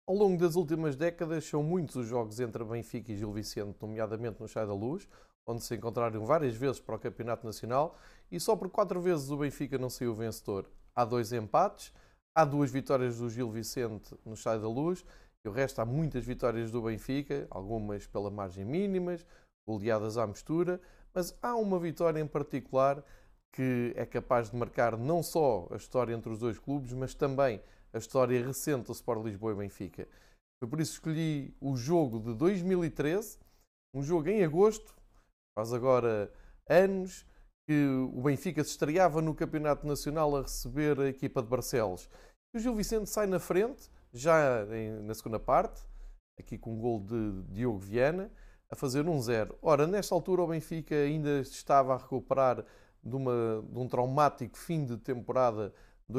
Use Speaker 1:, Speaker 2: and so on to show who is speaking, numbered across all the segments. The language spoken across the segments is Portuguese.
Speaker 1: Ao longo das últimas décadas, são muitos os jogos entre Benfica e Gil Vicente, nomeadamente no Estádio da Luz, onde se encontraram várias vezes para o Campeonato Nacional, e só por 4 vezes o Benfica não saiu vencedor. Há 2 empates, há 2 vitórias do Gil Vicente no Estádio da Luz, e o resto há muitas vitórias do Benfica, algumas pela margem mínimas, goleadas à mistura, mas há uma vitória em particular que é capaz de marcar não só a história entre os dois clubes, mas também a história recente do Sport Lisboa e Benfica. Foi por isso que escolhi o jogo de 2013, um jogo em agosto, faz agora anos, que o Benfica se estreava no Campeonato Nacional a receber a equipa de Barcelos. E o Gil Vicente sai na frente, já na segunda parte, aqui com um gol de Diogo Viana, a fazer 1-0. Ora, nesta altura o Benfica ainda estava a recuperar de um traumático fim de temporada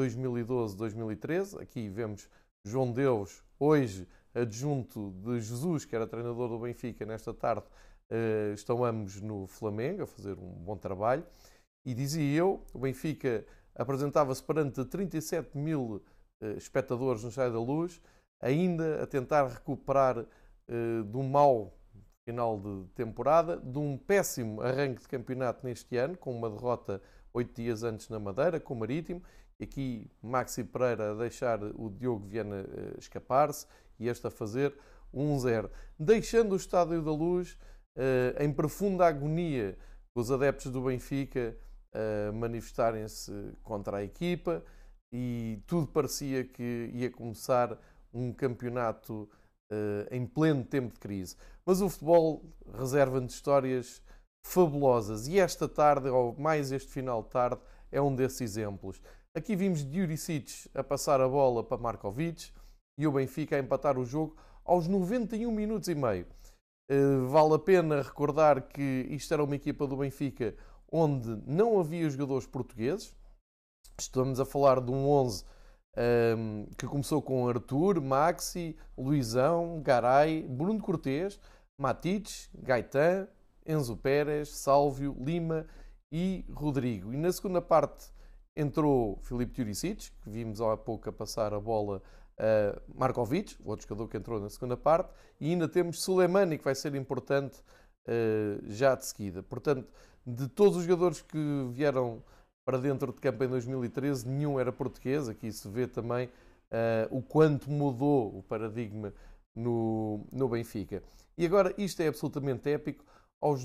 Speaker 1: 2012-2013. Aqui vemos João Deus, hoje adjunto de Jesus, que era treinador do Benfica nesta tarde, estão ambos no Flamengo a fazer um bom trabalho. E dizia eu, o Benfica apresentava-se perante 37 mil espectadores no Estádio da Luz, ainda a tentar recuperar de um mau final de temporada, de um péssimo arranque de campeonato neste ano, com uma derrota 8 dias antes na Madeira, com o Marítimo. Aqui Maxi Pereira a deixar o Diogo Viana escapar-se e este a fazer 1-0. Deixando o Estádio da Luz em profunda agonia, os adeptos do Benfica manifestarem-se contra a equipa, e tudo parecia que ia começar um campeonato em pleno tempo de crise. Mas o futebol reserva-nos histórias fabulosas, e esta tarde, ou mais este final de tarde, é um desses exemplos. Aqui vimos Juricic a passar a bola para Markovic e o Benfica a empatar o jogo aos 91 minutos e meio. Vale a pena recordar que isto era uma equipa do Benfica onde não havia jogadores portugueses. Estamos a falar de um 11 que começou com Arthur, Maxi, Luizão, Garay, Bruno Cortês, Matites, Gaetan, Enzo Pérez, Sálvio, Lima e Rodrigo. E na segunda parte entrou Filipe Juricic, que vimos há pouco a passar a bola a Markovic, o outro jogador que entrou na segunda parte, e ainda temos Sulemani, que vai ser importante já de seguida. Portanto, de todos os jogadores que vieram para dentro de campo em 2013, nenhum era português. Aqui se vê também o quanto mudou o paradigma no Benfica. E agora, isto é absolutamente épico, aos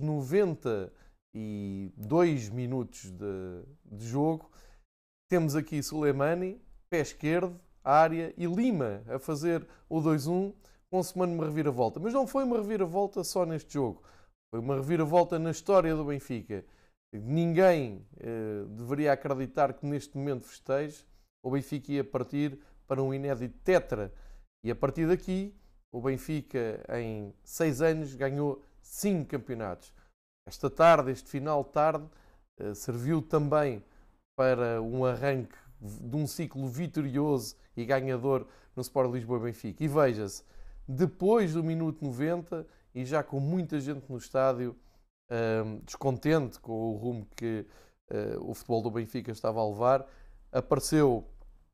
Speaker 1: 92 minutos de jogo, temos aqui Sulemani, pé esquerdo, área, e Lima a fazer o 2-1, consumando uma reviravolta. Mas não foi uma reviravolta só neste jogo, foi uma reviravolta na história do Benfica. Ninguém deveria acreditar que neste momento de festejo o Benfica ia partir para um inédito tetra. E a partir daqui, o Benfica em 6 anos ganhou 5 campeonatos. Esta tarde, este final de tarde, serviu também para um arranque de um ciclo vitorioso e ganhador no Sport Lisboa e Benfica. E veja-se, depois do minuto 90 e já com muita gente no estádio, descontente com o rumo que o futebol do Benfica estava a levar, apareceu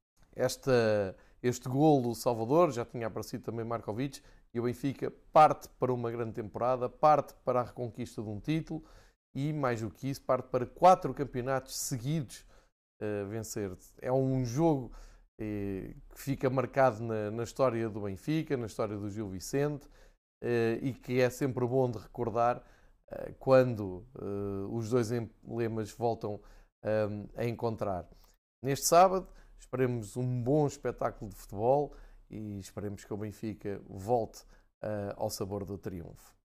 Speaker 1: este golo do Salvador, já tinha aparecido também Markovic, e o Benfica parte para uma grande temporada, parte para a reconquista de um título e, mais do que isso, parte para 4 campeonatos seguidos a vencer. É um jogo que fica marcado na história do Benfica, na história do Gil Vicente, e que é sempre bom de recordar quando os dois emblemas voltam a encontrar. Neste sábado, esperemos um bom espetáculo de futebol e esperemos que o Benfica volte ao sabor do triunfo.